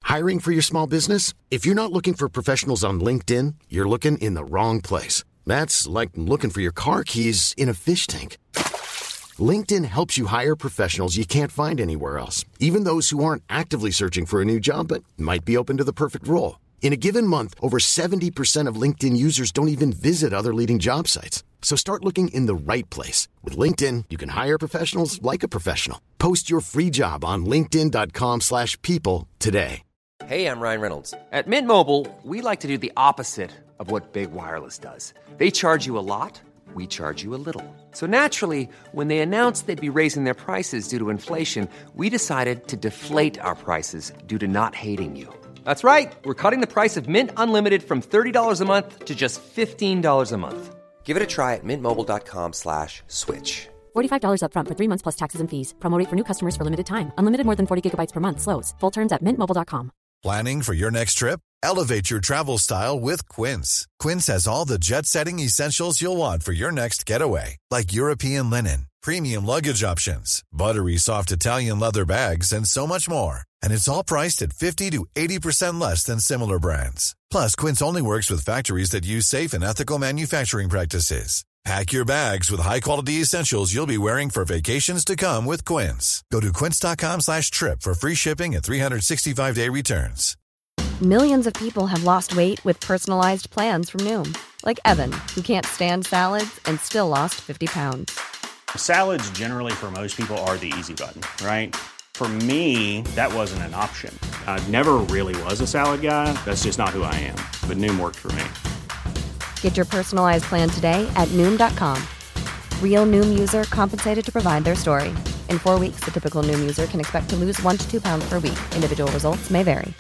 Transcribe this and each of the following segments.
Hiring for your small business? If you're not looking for professionals on LinkedIn, you're looking in the wrong place. That's like looking for your car keys in a fish tank. LinkedIn helps you hire professionals you can't find anywhere else, even those who aren't actively searching for a new job but might be open to the perfect role. In a given month, over 70% of LinkedIn users don't even visit other leading job sites. So start looking in the right place. With LinkedIn, you can hire professionals like a professional. Post your free job on linkedin.com/people today. Hey, I'm Ryan Reynolds. At Mint Mobile, we like to do the opposite of what Big Wireless does. They charge you a lot, we charge you a little. So naturally, when they announced they'd be raising their prices due to inflation, we decided to deflate our prices due to not hating you. That's right. We're cutting the price of Mint Unlimited from $30 a month to just $15 a month. Give it a try at mintmobile.com/switch. $45 up front for 3 months plus taxes and fees. Promo rate for new customers for limited time. Unlimited more than 40 gigabytes per month. Slows full terms at mintmobile.com. Planning for your next trip? Elevate your travel style with Quince. Quince has all the jet-setting essentials you'll want for your next getaway, like European linen, premium luggage options, buttery soft Italian leather bags, and so much more. And it's all priced at 50 to 80% less than similar brands. Plus, Quince only works with factories that use safe and ethical manufacturing practices. Pack your bags with high-quality essentials you'll be wearing for vacations to come with Quince. Go to quince.com/trip for free shipping and 365-day returns. Millions of people have lost weight with personalized plans from Noom. Like Evan, who can't stand salads and still lost 50 pounds. Salads generally for most people are the easy button, right? For me, that wasn't an option. I never really was a salad guy. That's just not who I am. But Noom worked for me. Get your personalized plan today at Noom.com. Real Noom user compensated to provide their story. In 4 weeks, the typical Noom user can expect to lose 1 to 2 pounds per week. Individual results may vary.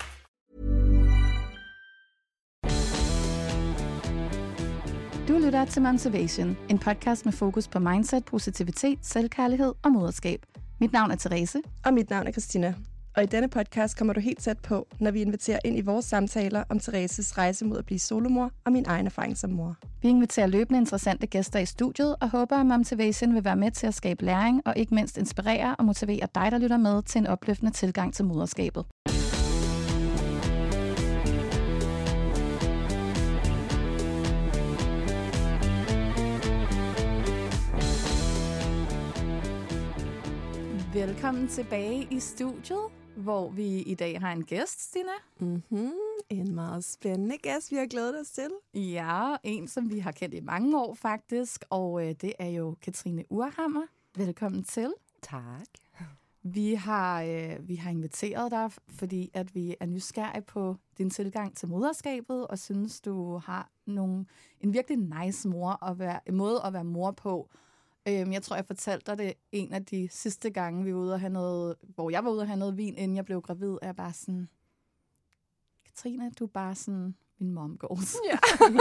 Du lytter til Motivation, en podcast med fokus på mindset, positivitet, selvkærlighed og moderskab. Mit navn er Therese. Og mit navn er Christina. Og i denne podcast kommer du helt tæt på, når vi inviterer ind i vores samtaler om Thereses rejse mod at blive solomor og min egen erfaring som mor. Vi inviterer løbende interessante gæster i studiet og håber, at Motivation vil være med til at skabe læring og ikke mindst inspirere og motivere dig, der lytter med, til en opløftende tilgang til moderskabet. Velkommen tilbage i studiet, hvor vi i dag har en gæst, Stina. En meget spændende gæst, vi har glædet os til. Ja, en som vi har kendt i mange år faktisk, og det er jo Katrine Urhammer. Velkommen til. Tak. Vi har inviteret dig, fordi at vi er nysgerrige på din tilgang til moderskabet, og synes, du har en virkelig nice måde at være mor på. Jeg tror, jeg fortalte dig det en af de sidste gange, vi var ude at have noget, hvor jeg var ude at have noget vin, inden jeg blev gravid, og jeg bare sådan, Katrine, du er bare sådan min mom goals. Ja.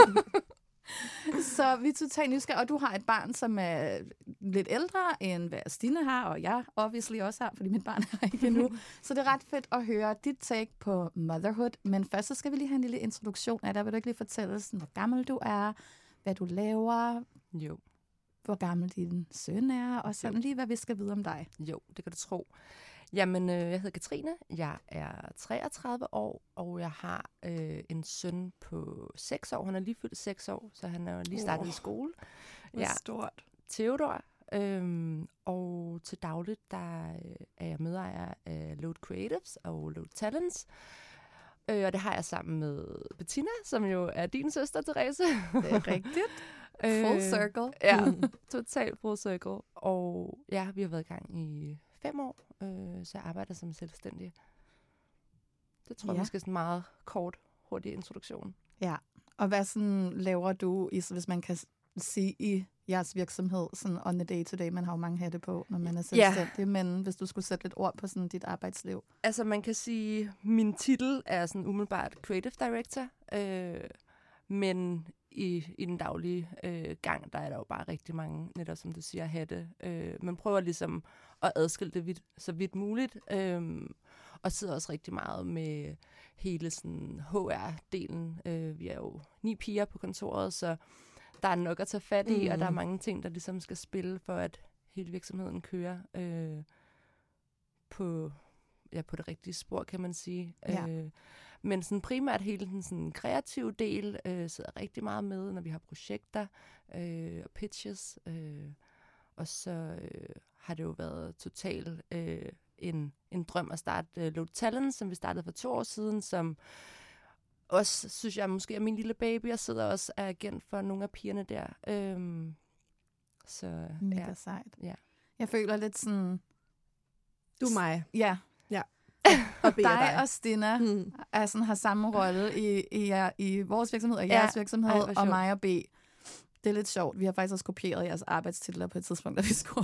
Så vi er totalt nysgerrige, og du har et barn, som er lidt ældre, end hvad Stine har, og jeg obviously også har, fordi mit barn er ikke endnu. Så det er ret fedt at høre dit take på motherhood, men først så skal vi lige have en lille introduktion af dig. Vil du ikke lige fortælle sådan, hvor gammel du er, hvad du laver? Jo. Hvor gammel din søn er, og sådan lige, hvad vi skal vide om dig. Jo, det kan du tro. Jamen, jeg hedder Katrine, jeg er 33 år, og jeg har en søn på 6 år. Han er lige fyldt 6 år, så han er jo lige startet i skole. Hvor stort. Theodor. Og til dagligt, der er jeg medejer af Load Creatives og Load Talents. Og det har jeg sammen med Bettina, som jo er din søster, Therese. Det er rigtigt. Full circle. Ja, totalt full circle. Og ja, vi har været i gang i 5 år, så jeg arbejder som selvstændig. Det tror jeg måske er sådan en meget hurtig introduktion. Ja, og hvad sådan laver du, hvis man kan sige i jeres virksomhed, sådan on the day to day? Man har jo mange hatte på, når man er selvstændig, men hvis du skulle sætte lidt ord på sådan dit arbejdsliv. Altså man kan sige, min titel er sådan umiddelbart Creative Director, men i den daglige gang, der er der jo bare rigtig mange, netop som du siger, hatte. Man prøver ligesom at adskille det så vidt muligt, og sidder også rigtig meget med hele sådan HR-delen. Vi er jo 9 piger på kontoret, så der er nok at tage fat i, og der er mange ting, der ligesom skal spille for, at hele virksomheden kører på på det rigtige spor, kan man sige. Ja. Men sådan primært hele den sådan kreative del sidder rigtig meget med, når vi har projekter og pitches. Og så har det jo været totalt en drøm at starte Load Talent, som vi startede for 2 år siden, som også, synes jeg, måske er min lille baby. Jeg sidder også af agent for nogle af pigerne der. Så, Mega sejt. Ja. Jeg føler lidt sådan... Du er mig. Ja. Ja. Og dig og Stina er sådan, har samme rolle i vores virksomhed og jeres virksomhed, og mig og B. Det er lidt sjovt. Vi har faktisk også kopieret jeres arbejdstitler på et tidspunkt, da vi skulle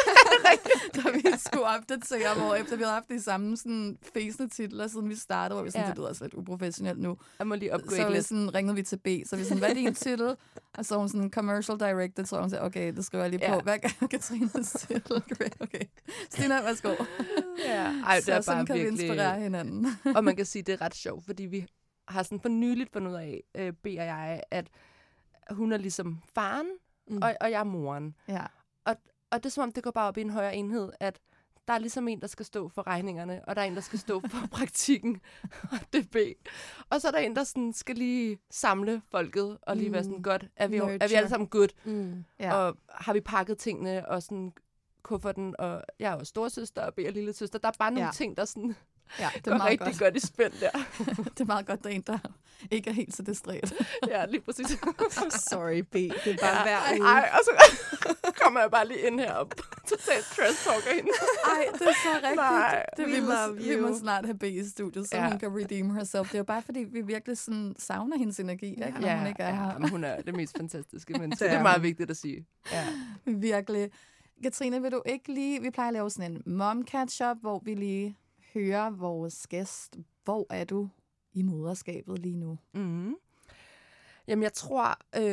opdatere, hvor efter vi havde haft de samme sådan, fæsende titler, siden vi startede, hvor vi sådan, det lyder også lidt uprofessionelt nu. Jeg må lige upgrade så lidt. Sådan, ringede vi til B, så vi sådan, hvad er din titel? Og så hun sådan, commercial director, så hun sagde, okay, det skriver jeg lige på. Hvad er Katrines titel? Okay. Stina, værsgo. Ej, det er sådan bare kan virkelig... vi inspirere hinanden. Og man kan sige, det er ret sjovt, fordi vi har sådan for nyligt fundet ud af, B og jeg, at hun er ligesom faren, og jeg er moren. Ja. Og det er som om, det går bare op i en højere enhed, at der er ligesom en, der skal stå for regningerne, og der er en, der skal stå for praktikken, og det er B. Og så er der en, der sådan skal lige samle folket, og lige være sådan, godt, er vi alle sammen good? Ja. Og har vi pakket tingene, og sådan kufferten, og jeg er jo storesøster, og B er lille søster. Der er bare nogle ting, der sådan... Ja, det går rigtig godt i spænd der. Det er meget godt, der er en, der ikke er helt så distræt. Ja, lige præcis. Sorry, B. Det er bare hver uge. Ej, og så kommer jeg bare lige ind her og totalt trash-talker hende. Ej, det er så rigtigt. Nej, vi må snart have B i studiet, så hun kan redeem herself. Det er jo bare, fordi vi virkelig sådan savner hendes energi, ikke? Når hun ikke er her. Men hun er det mest fantastiske menneske. Det er meget vigtigt at sige. Ja. Virkelig. Katrine, vil du ikke lige... Vi plejer at lave sådan en mom-catch-up, hvor vi lige hører vores gæst. Hvor er du i moderskabet lige nu? Jamen, jeg tror...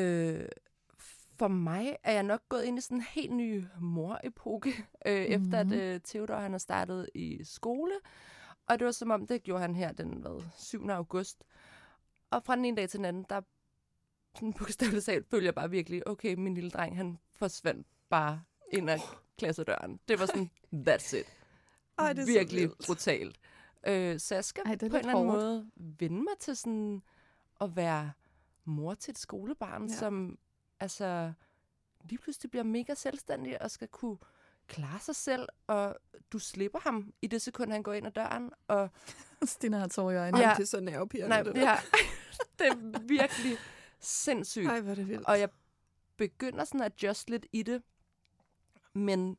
For mig er jeg nok gået ind i sådan en helt ny mor-epoke, efter at Theodor han har startet i skole. Og det var som om, det gjorde han her den 7. august. Og fra den ene dag til den anden, der sådan bogstaveligt talt følte jeg bare virkelig, okay, min lille dreng, han forsvandt bare ind ad klassedøren. Det var sådan, that's it. Ej, det er virkelig brutalt. Så jeg skal på en eller anden måde vende mig til sådan at være mor til et skolebarn, som altså lige pludselig bliver mega selvstændig og skal kunne klare sig selv, og du slipper ham i det sekund, han går ind ad døren. Og Stina har tår i øjnene. Ja. Det er så nervepirrende. Nej, det er virkelig sindssygt. Ej, hvor er det vildt. Og jeg begynder sådan at adjust lidt i det, men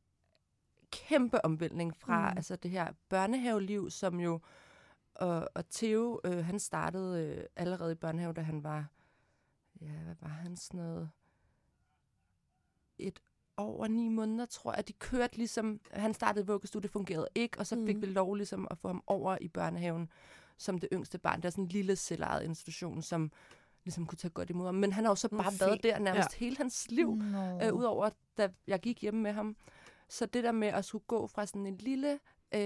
kæmpe omvæltning fra altså det her børnehaveliv, som jo, og Theo, han startede allerede i børnehave, da han var, hvad var han, sådan noget, 1 år og 9 måneder, tror jeg. De kørte ligesom, han startede i vuggestue, det fungerede ikke, og så fik vi lov ligesom at få ham over i børnehaven som det yngste barn. Det er sådan en lille selvejet institution, som ligesom kunne tage godt imod ham. Men han har jo så bare været der nærmest hele hans liv, udover da jeg gik hjemme med ham. Så det der med at skulle gå fra sådan en lille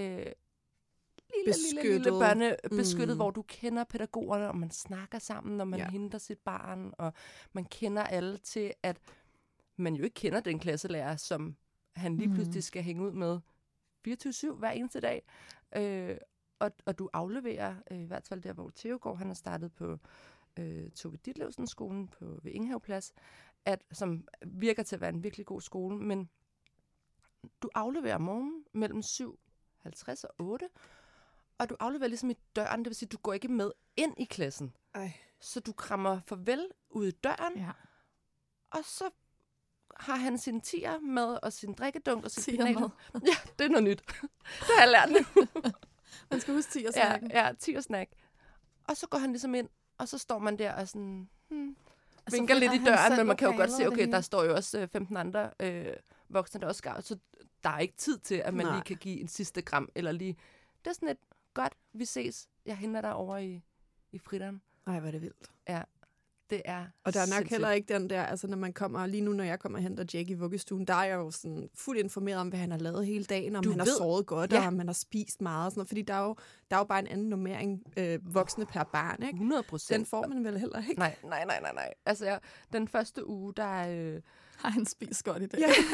beskyttet, hvor du kender pædagogerne, og man snakker sammen, når man henter sit barn, og man kender alle til, at man jo ikke kender den klasselærer, som han lige pludselig skal hænge ud med 24/7 hver eneste dag. Og du afleverer, i hvert fald der, hvor Theo går, han har startet på Tove Ditlevsen-skolen ved Ingehaveplads, som virker til at være en virkelig god skole, men du afleverer om morgenen mellem 7:50 og 8, og du afleverer ligesom i døren, det vil sige, du går ikke med ind i klassen. Ej. Så du krammer farvel ude i døren, og så har han sin tier med, og sin drikkedunk, og sin penal. Ja, det er noget nyt. Det har jeg lært nu. Man skal huske tier-snakken. Ja, tier-snack. Og så går han ligesom ind, og så står man der og sådan, vinker lidt i døren, men man kan jo godt se, okay, der står jo også 15 andre voksne, der også skal, så der er ikke tid til, at man lige kan give en sidste gram, eller lige, det er sådan et, godt, vi ses, jeg henter dig over i fritteren. Ej, hvor er det vildt. Ja, det er og der er nok heller ikke den der, altså når man kommer, lige nu når jeg kommer og henter Jake i vuggestuen, der er jeg jo sådan fuldt informeret om, hvad han har lavet hele dagen, om han har sovet godt, og om han har spist meget og sådan noget, fordi der er jo bare en anden normering voksne per barn, ikke? 100%. Den får man vel heller ikke? Nej. Altså, den første uge, der har han spist godt i dag? Ja.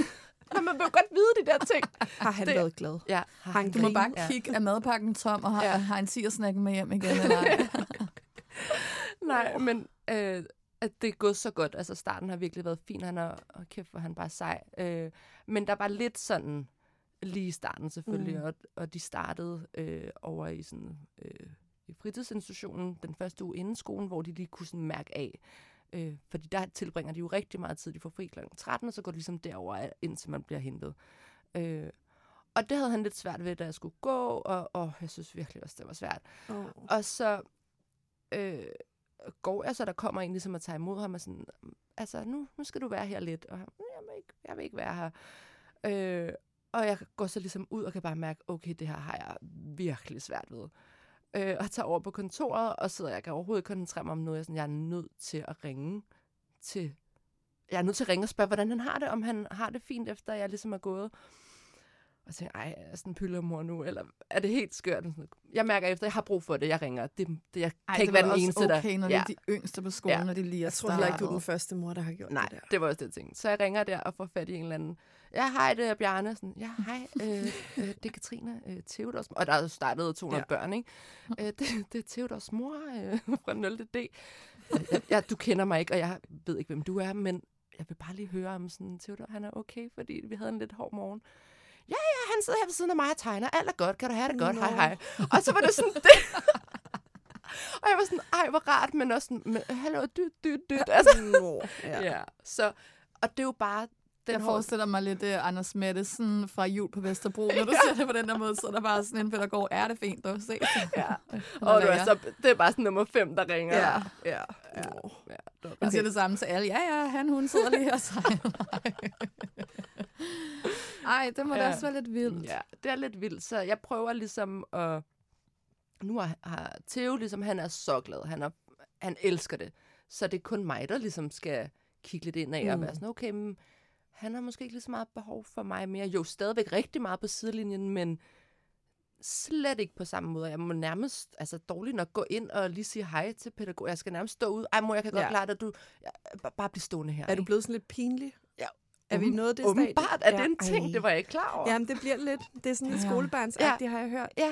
Når man vil godt vide de der ting. Har han været glad? Ja. Du må bare kigge, er madpakken tom, og har en tigersnack med hjem igen, eller ej? Nej, men at det er gået så godt. Altså, starten har virkelig været fin. Han er, kæft, hvor han bare sej. Men der var lidt sådan, lige i starten selvfølgelig, og de startede over i sådan i fritidsinstitutionen den første uge inden skolen, hvor de lige kunne sådan mærke af. Fordi der tilbringer de jo rigtig meget tid. De får fri kl. 13, og så går det ligesom derover, indtil man bliver hentet. Og det havde han lidt svært ved, da jeg skulle gå, og jeg synes virkelig også, det var svært. Og så går jeg, så der kommer en ligesom at tage imod ham, og sådan, altså, nu skal du være her lidt, og jeg vil ikke være her. Og jeg går så ligesom ud og kan bare mærke, okay, det her har jeg virkelig svært ved. Og tager over på kontoret, og sidder jeg kan overhovedet ikke koncentrere mig om noget. Jeg er nødt til at ringe og spørge, hvordan han har det, om han har det fint, efter jeg ligesom er gået. Og så tænker jeg, er jeg sådan en pyllermor nu, eller er det helt skørt? Jeg mærker efter, jeg har brug for det, jeg ringer. Jeg kan ikke være den eneste, der... Okay, når det er de yngste på skolen, når de lige er startet. Jeg tror ikke, du er den første mor, der har gjort det der. Det var også det, jeg tænkte. Så jeg ringer der og får fat i en eller anden. Ja, hej, det er Bjarne. Sådan, ja, hej, det er Katrine Theodors mor. Og der er startet 200 børn, ikke? Det er Theodors mor fra 0. D. Du kender mig ikke, og jeg ved ikke, hvem du er, men jeg vil bare lige høre, om sådan, Theodor, han er okay, fordi vi havde en lidt hård morgen. Ja, han sidder her ved siden af mig og tegner. Alt er godt. Kan du have det godt? Hej. Og så var det sådan det. Og jeg var sådan, ej, hvor rart, men også sådan, hallo, dyt. Altså, ja. Så, og det er jo bare... Jeg forestiller mig lidt Anders Mattesen fra Jul på Vesterbro, når du ser det på den der måde, så er der bare sådan en pædagog, er det fint, du se? Ja. Og det er bare sådan nummer 5, der ringer. Ja. Han siger det samme til alle. Ja, hun sidder lige her og sejler. Ej, det må da også være lidt vildt. Ja, det er lidt vildt, så jeg prøver ligesom at... Nu har Theo ligesom, han er så glad, han elsker det, så det er kun mig, der ligesom skal kigge lidt ind af og være sådan, okay, men han har måske ikke lige så meget behov for mig mere. Jo, stadigvæk rigtig meget på sidelinjen, men slet ikke på samme måde. Jeg må nærmest, dårligt nok gå ind og lige sige hej til pædagog. Jeg skal nærmest stå ud. Ej, mor, jeg kan godt klare det, bare blive stående her. Er du blevet sådan lidt pinlig? Ja. Er vi nået det stadie? Åbenbart er det en ting, det var jeg ikke klar over. Jamen, det bliver lidt, det er sådan lidt skolebarnsagtigt, har jeg hørt. Ja.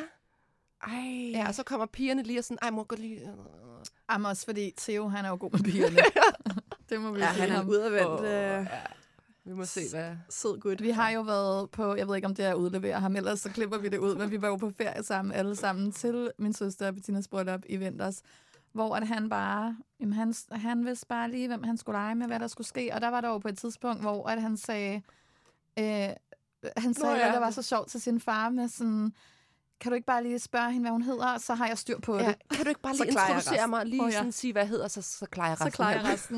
Ej. Ja, og så kommer pigerne lige og sådan, ej, mor, gå lige... Jamen også fordi Theo, han er jo god med pigerne. Det må vi sige. Han er udadvendt. Vi må se, hvad... Sød gut. Vi har jo været på, jeg ved ikke, om det er udleveret ham, ellers så klipper vi det ud, men vi var jo på ferie sammen, alle sammen, til min søster Bettinas bryllup i vinters, hvor at han bare, han vidste bare lige, hvem han skulle lege med, hvad der skulle ske, og der var der jo på et tidspunkt, hvor at han sagde, at det var så sjovt til sin far med sådan, kan du ikke bare lige spørge hende, hvad hun hedder, så har jeg styr på det. Kan du ikke bare lige introducere mig, lige sådan sige, hvad jeg hedder, så klarer jeg resten.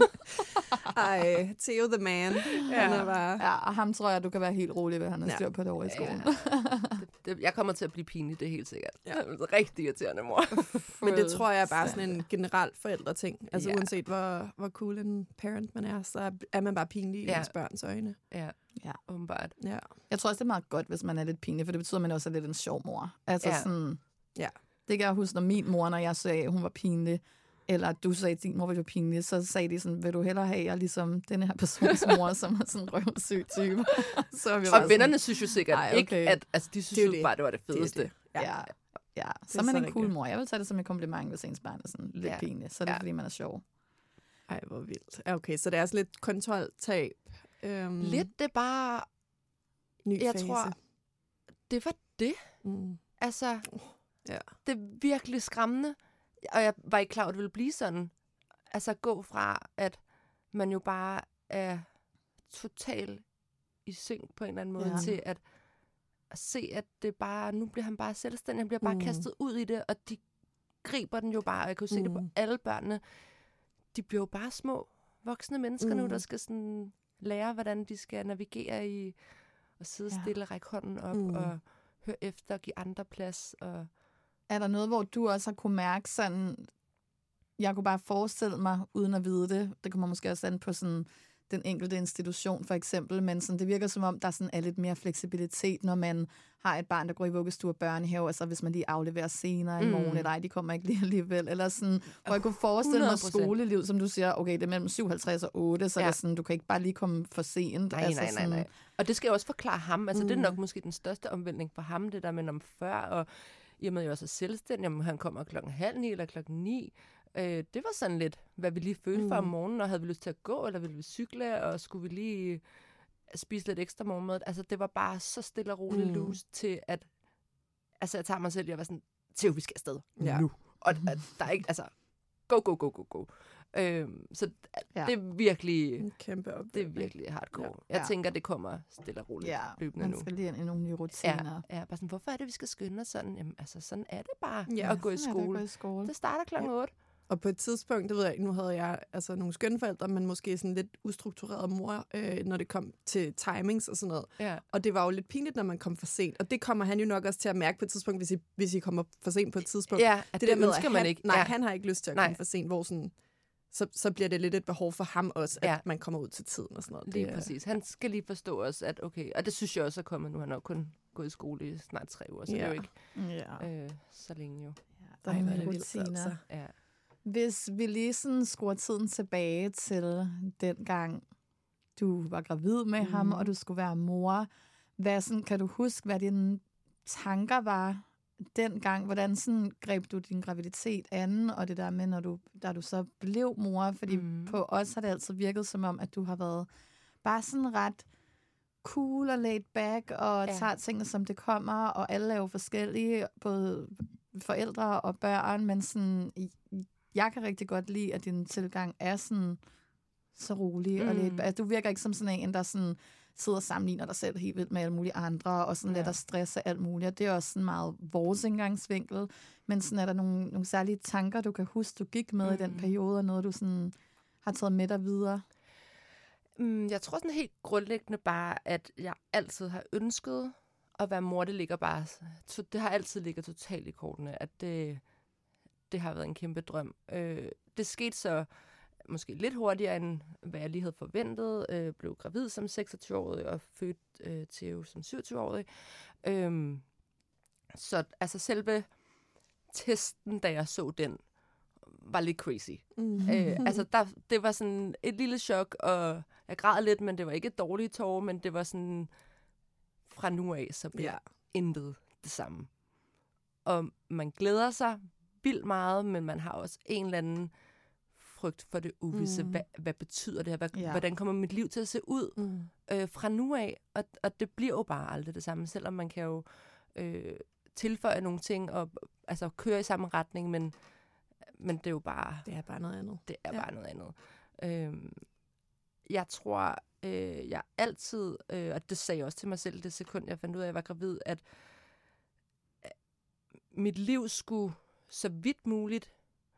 Ej, Theo the man. Han er bare... Ja, og ham tror jeg, du kan være helt rolig ved, han har styr på det over i skolen. Jeg kommer til at blive pinlig, det er helt sikkert. Ja. Rigtig irriterende, mor. Men det tror jeg er bare sådan en generel forældreting. Altså uanset hvor cool en parent man er, så er man bare pinlig i ens børns øjne. Ja, åbenbart. Ja. Jeg tror også, det er meget godt, hvis man er lidt pinlig, for det betyder, at man også er lidt en sjov mor. Altså sådan... Ja. Det kan jeg huske, når min mor, når jeg sagde, at hun var pinlig, eller du sagde, at din mor var pinlig, så sagde de sådan, vil du hellere have jeg ligesom den her persons mor, som er sådan en røvsyg type. Og vennerne synes jo sikkert ikke, at de synes jo bare, det var det fedeste. Det. Ja. Så er man en cool mor. Jeg vil tage det som en kompliment, hvis ens barn er sådan lidt pinlig. Så er det, fordi man er sjov. Ej, hvor vildt. Okay, så det er altså lidt kontroltab. Lidt, det er bare... Ny jeg fase. tror, det var det. Altså, det er virkelig skræmmende. Og jeg var ikke klar, at det ville blive sådan. Altså, gå fra, at man jo bare er total i synk på en eller anden måde, til at se, at det bare... Nu bliver han bare selvstændig. Han bliver bare kastet ud i det, og de griber den jo bare. Og jeg kan jo se det på alle børnene. De bliver jo bare små voksne mennesker nu, der skal sådan lære, hvordan de skal navigere i og sidde stille, række hånden op og høre efter og give andre plads. Og... Er der noget, hvor du også har kunne mærke sådan, jeg kunne bare forestille mig, uden at vide det, det kommer måske også an på sådan den enkelte institution for eksempel, men sådan, det virker som om, der sådan er lidt mere fleksibilitet, når man har et barn, der går i vuggestue og børnehave, altså hvis man lige afleverer senere i morgen, eller ej, de kommer ikke lige alligevel, eller sådan, hvor jeg kunne forestille mig skoleliv, som du siger, okay, det er mellem 57 og 8, så det er sådan, du kan ikke bare lige komme for sent. Nej. Og det skal jeg også forklare ham, altså det er nok måske den største omvæltning for ham, det der med om før, og i og med, at jeg også er selvstændig, om han kommer 8:30 eller 9:00. Det var sådan lidt, hvad vi lige følte for om morgenen, og havde vi lyst til at gå, eller ville vi cykle, og skulle vi lige spise lidt ekstra morgenmad. Altså, det var bare så stille og roligt loose til, at altså, jeg tager mig selv, jeg var sådan, til vi skal afsted nu. Og der er ikke, altså, go. Så det er virkelig det er virkelig hardcore. Jeg tænker, det kommer stille og roligt løbende nu. Man skal lige ind i nogle nye rutiner. Ja, bare sådan, hvorfor er det, vi skal skynde os sådan? Jamen, altså, sådan er det bare at gå i skole. Det starter klokken 8. Og på et tidspunkt, det ved jeg ikke, nu havde jeg altså nogle skønne forældre, men måske sådan lidt ustruktureret mor, når det kom til timings og sådan noget. Ja. Og det var jo lidt pinligt, når man kom for sent. Og det kommer han jo nok også til at mærke på et tidspunkt, hvis I kommer for sent på et tidspunkt. Ja, det der med, ønsker man ikke. Nej, han har ikke lyst til at komme for sent, hvor sådan... Så bliver det lidt et behov for ham også, at man kommer ud til tiden og sådan noget. Det er præcis. Han skal lige forstå os, at okay, og det synes jeg også er kommet nu. Han har kun gået i skole i snart 3 uger, så det er jo ikke så længe jo. Der er nogle rutiner. Ja. Hvis vi lige sådan skruer tiden tilbage til den gang, du var gravid med ham, og du skulle være mor. Hvad sådan, kan du huske, hvad dine tanker var dengang? Hvordan sådan greb du din graviditet an, og det der med, da du så blev mor? Fordi på os har det altid virket som om, at du har været bare sådan ret cool og laid back, og tager tingene, som det kommer, og alle er jo forskellige, både forældre og børn, men sådan... Jeg kan rigtig godt lide, at din tilgang er sådan så rolig og lidt. Altså, du virker ikke som sådan en, der sådan sidder og sammenligner dig selv helt vildt med alle mulige andre, og sådan lidt at stresse alt muligt. Det er også sådan meget vores indgangsvinkel. Men sådan er der nogle særlige tanker, du kan huske, du gik med i den periode, og noget, du sådan har taget med dig videre? Jeg tror sådan helt grundlæggende bare, at jeg altid har ønsket at være mor. Det ligger bare... Det har altid ligget totalt i kortene, at det har været en kæmpe drøm. Det skete så måske lidt hurtigere, end hvad jeg lige havde forventet. Blev gravid som 26-årig og født Theo som 27-årig. Så altså selve testen, da jeg så den, var lidt crazy. Altså det var sådan et lille chok, og jeg græd lidt, men det var ikke et dårligt tårer, men det var sådan, fra nu af, så bliver intet det samme. Og man glæder sig vildt meget, men man har også en eller anden frygt for det uvisse. Hvad betyder det her? Hvordan kommer mit liv til at se ud fra nu af? Og det bliver jo bare aldrig det samme, selvom man kan jo tilføje nogle ting og altså køre i samme retning, men det er jo bare... Det er bare noget andet. Det er bare noget andet. Jeg tror, jeg altid, og det sagde jeg også til mig selv det sekund, jeg fandt ud af, at jeg var gravid, at mit liv skulle så vidt muligt,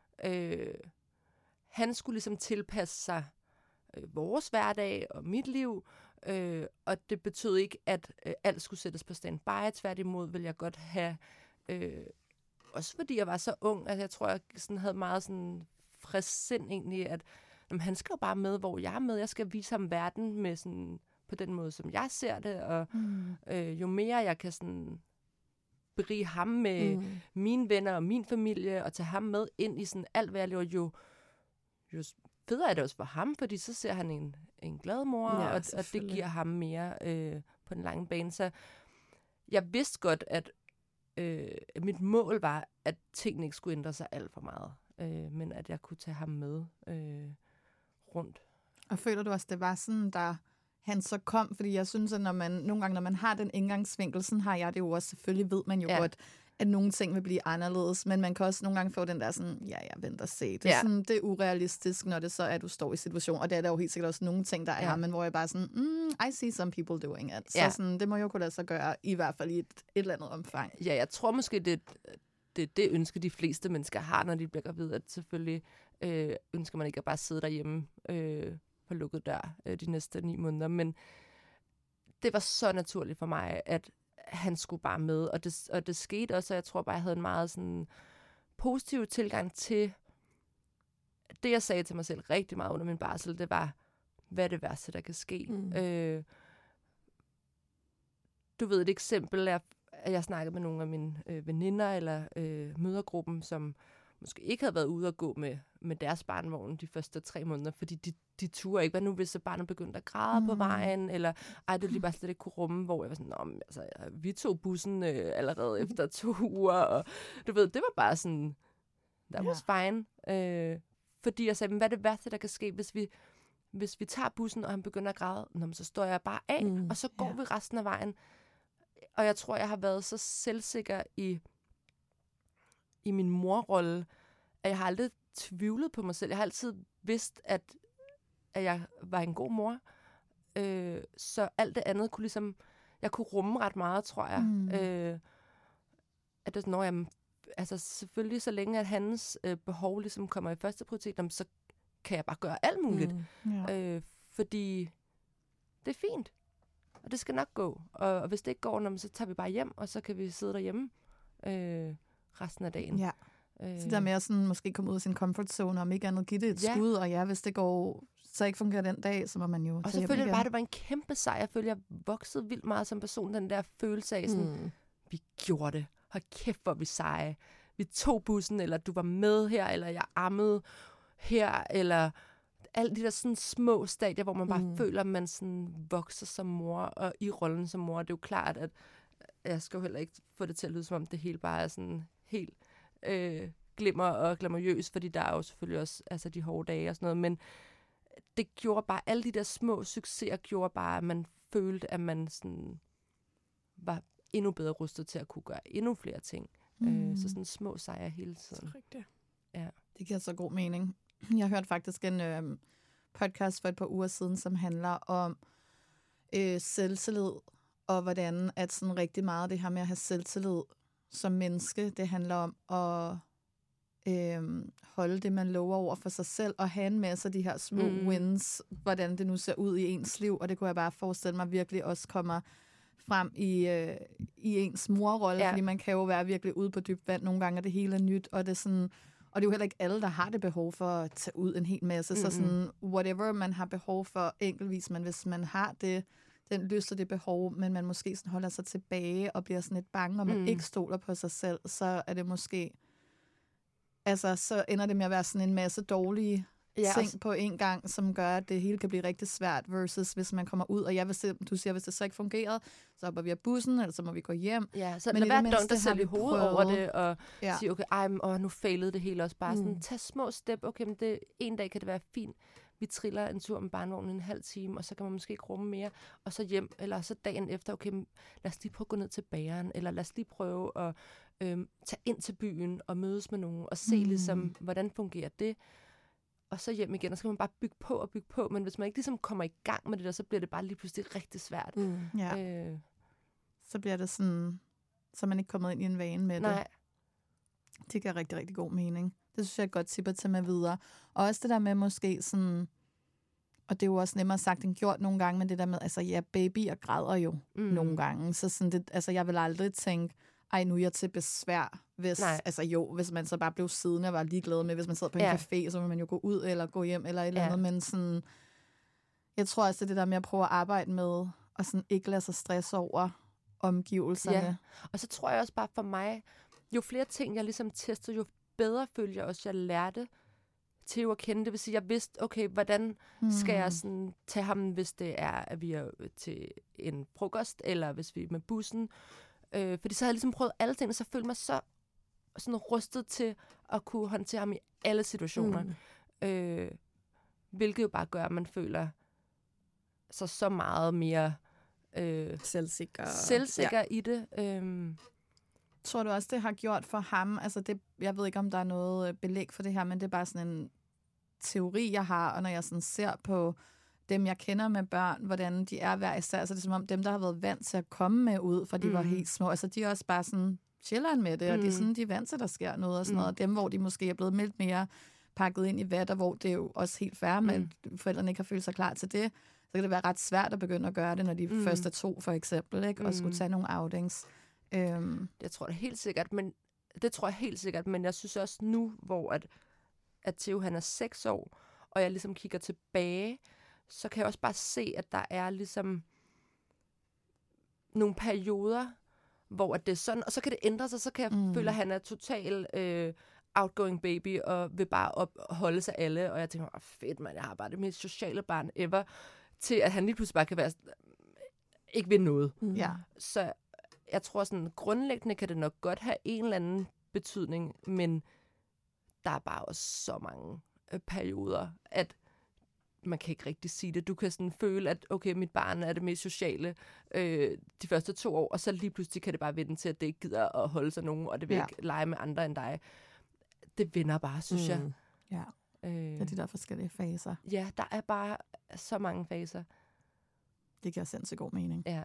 han skulle ligesom tilpasse sig vores hverdag og mit liv, og det betød ikke, at alt skulle sættes på standby. Tværtimod ville jeg godt have, også fordi jeg var så ung, altså jeg tror, jeg sådan havde meget sådan frisk sind egentlig, at han skal jo bare med, hvor jeg er med. Jeg skal vise ham verden med sådan, på den måde, som jeg ser det, og jo mere jeg kan sådan berige ham med mine venner og min familie, og tage ham med ind i sådan alt, hvad jeg laver, jo federe er det også for ham, fordi så ser han en glad mor, og det giver ham mere på den lange bane. Så jeg vidste godt, at mit mål var, at tingene ikke skulle ændre sig alt for meget, men at jeg kunne tage ham med rundt. Og føler du også, det var sådan, der han så kom? Fordi jeg synes, at nogle gange, når man har den indgangsvinkel, sådan har jeg det jo også. Selvfølgelig ved man jo godt, at nogle ting vil blive anderledes, men man kan også nogle gange få den der sådan, jeg venter og se. Det er, sådan, det er urealistisk, når det så er, at du står i situationen. Og det er der jo helt sikkert også nogle ting, der er, men hvor jeg bare sådan, I see some people doing it. Så sådan, det må jo kunne lade sig gøre, i hvert fald i et eller andet omfang. Ja, jeg tror måske, det ønske, de fleste mennesker har, når de bliver gravid, at selvfølgelig ønsker man ikke at bare sidde derhjemme på lukket dør de næste 9 måneder, men det var så naturligt for mig, at han skulle bare med, og det skete også, og jeg tror bare, jeg havde en meget sådan positiv tilgang til det, jeg sagde til mig selv rigtig meget under min barsel, det var, hvad er det værste, der kan ske? Du ved, et eksempel er, at jeg snakkede med nogle af mine veninder eller mødergruppen, som måske ikke havde været ude at gå med deres barnevogn de første 3 måneder, fordi de turde ikke. Hvad nu, hvis barnet begyndte at græde på vejen, eller det lige bare slet ikke kunne rumme, hvor jeg var sådan, vi tog bussen allerede efter 2 uger, og du ved, det var bare sådan, that was fine. Fordi jeg sagde, hvad er det værste, der kan ske, hvis vi tager bussen, og han begynder at græde, så står jeg bare af, og så går vi resten af vejen. Og jeg tror, jeg har været så selvsikker i min morrolle, at jeg har aldrig tvivlet på mig selv. Jeg har altid vidst, at jeg var en god mor. Så alt det andet kunne ligesom, jeg kunne rumme ret meget, tror jeg. At det er sådan, selvfølgelig så længe, at hans behov ligesom kommer i første prioritet, så kan jeg bare gøre alt muligt. Fordi det er fint. Og det skal nok gå. Og hvis det ikke går, så tager vi bare hjem, og så kan vi sidde derhjemme resten af dagen. Ja. Så der med at sådan, måske komme ud af sin comfort zone, og om ikke andet give det et skud, og hvis det går, så ikke fungerer den dag, så må man jo og så følte jeg bare, det var en kæmpe sejr. Jeg følte, jeg voksede vildt meget som person, den der følelse af sådan, vi gjorde det. Hold kæft, hvor vi seje. Vi tog bussen, eller du var med her, eller jeg ammede her, eller alle de der sådan små stadier, hvor man bare føler, at man sådan vokser som mor, og i rollen som mor. Det er jo klart, at jeg skal jo heller ikke få det til at lyde, som om det hele bare er sådan helt glimmer og glamourøs, fordi der er jo selvfølgelig også de hårde dage og sådan noget, men det gjorde bare, alle de der små succeser gjorde bare, at man følte, at man sådan var endnu bedre rustet til at kunne gøre endnu flere ting. Så sådan små sejre hele tiden. Så rigtigt. Ja. Det giver så god mening. Jeg hørte faktisk en podcast for et par uger siden, som handler om selvtillid, og hvordan at sådan rigtig meget af det her med at have selvtillid som menneske, det handler om at holde det, man lover over for sig selv, og have en masse af de her små wins, hvordan det nu ser ud i ens liv, og det kunne jeg bare forestille mig virkelig også kommer frem i ens morrolle, fordi man kan jo være virkelig ude på dybt vand. Nogle gange er det hele nyt, og det er sådan, og det er jo heller ikke alle, der har det behov for at tage ud en hel masse, så sådan whatever man har behov for enkeltvis, men hvis man har den lyst og det behov, men man måske sådan holder sig tilbage og bliver sådan lidt bange, og man ikke stoler på sig selv, så er det måske, så ender det med at være sådan en masse dårlige ting på en gang, som gør, at det hele kan blive rigtig svært, versus hvis man kommer ud, og hvis det så ikke fungerede, så hopper vi af bussen, eller så må vi gå hjem. Ja, så lad være dunk dig selv i hovedet over det, og sige, okay, nu failede det hele også bare. Sådan, tag små step, okay, men en dag kan det være fint. Vi triller en tur med barnevognen en halv time, og så kan man måske ikke rumme mere, og så hjem, eller så dagen efter, okay, lad os lige prøve at gå ned til bageren, eller lad os lige prøve at tage ind til byen, og mødes med nogen, og se ligesom, hvordan fungerer det, og så hjem igen, og så kan man bare bygge på, men hvis man ikke ligesom kommer i gang med det der, så bliver det bare lige pludselig rigtig svært. Så bliver det sådan, så man ikke kommet ind i en vane med det. Det giver rigtig, rigtig god mening. Det synes jeg er et godt tip at tage med videre. Og også det der med måske sådan, og det er jo også nemmere sagt end gjort nogle gange, men det der med, babyer græder jo nogle gange. Så sådan det, jeg vil aldrig tænke, nu er jeg til besvær, hvis, hvis man så bare blev siddende og var ligeglad med, hvis man sad på en café, så vil man jo gå ud eller gå hjem eller et eller andet, men sådan, jeg tror også, det der med at prøve at arbejde med, og sådan ikke lade sig stresse over omgivelserne. Ja. Og så tror jeg også bare for mig, jo flere ting jeg ligesom testede, jo bedre følte jeg også, jeg lærte til at kende. Det vil sige, jeg vidste, okay, hvordan skal jeg sådan tage ham, hvis det er, at vi er til en frokost, eller hvis vi er med bussen. Fordi så havde jeg ligesom prøvet alle ting, og så følte mig så sådan rustet til at kunne håndtere ham i alle situationer. Hvilket jo bare gør, at man føler sig så meget mere selvsikker i det. Tror du også, det har gjort for ham? Jeg ved ikke, om der er noget belæg for det her, men det er bare sådan en teori, jeg har, og når jeg sådan ser på dem, jeg kender med børn, hvordan de er hver især, så det er som om dem, der har været vant til at komme med ud, for de var helt små, de er også bare sådan chilleren med det, og de er vant til, at der sker noget og sådan noget, og dem, hvor de måske er blevet meldt mere pakket ind i vat, og hvor det er jo også helt fair, men forældrene ikke har følt sig klar til det, så kan det være ret svært at begynde at gøre det, når de først er 2, for eksempel, ikke? Og skulle tage nogle outings. Det tror jeg helt sikkert, men jeg synes også nu, hvor at Theo han er 6 år, og jeg ligesom kigger tilbage, så kan jeg også bare se, at der er ligesom nogle perioder, hvor det er sådan, og så kan det ændre sig, så kan jeg føle, at han er total outgoing baby, og vil bare opholde sig alle, og jeg tænker, fedt mand, jeg har bare det mest sociale barn ever, til at han lige pludselig bare kan være ikke ved noget. Ja. Så jeg tror sådan, grundlæggende kan det nok godt have en eller anden betydning, men der er bare også så mange perioder, at man kan ikke rigtig sige det. Du kan sådan føle, at okay, mit barn er det mest sociale de første 2 år, og så lige pludselig kan det bare vende til, at det ikke gider at holde sig nogen, og det vil ikke lege med andre end dig. Det vinder bare, synes jeg. Ja, det er de der forskellige faser. Ja, der er bare så mange faser. Det giver sindssygt god mening. Ja.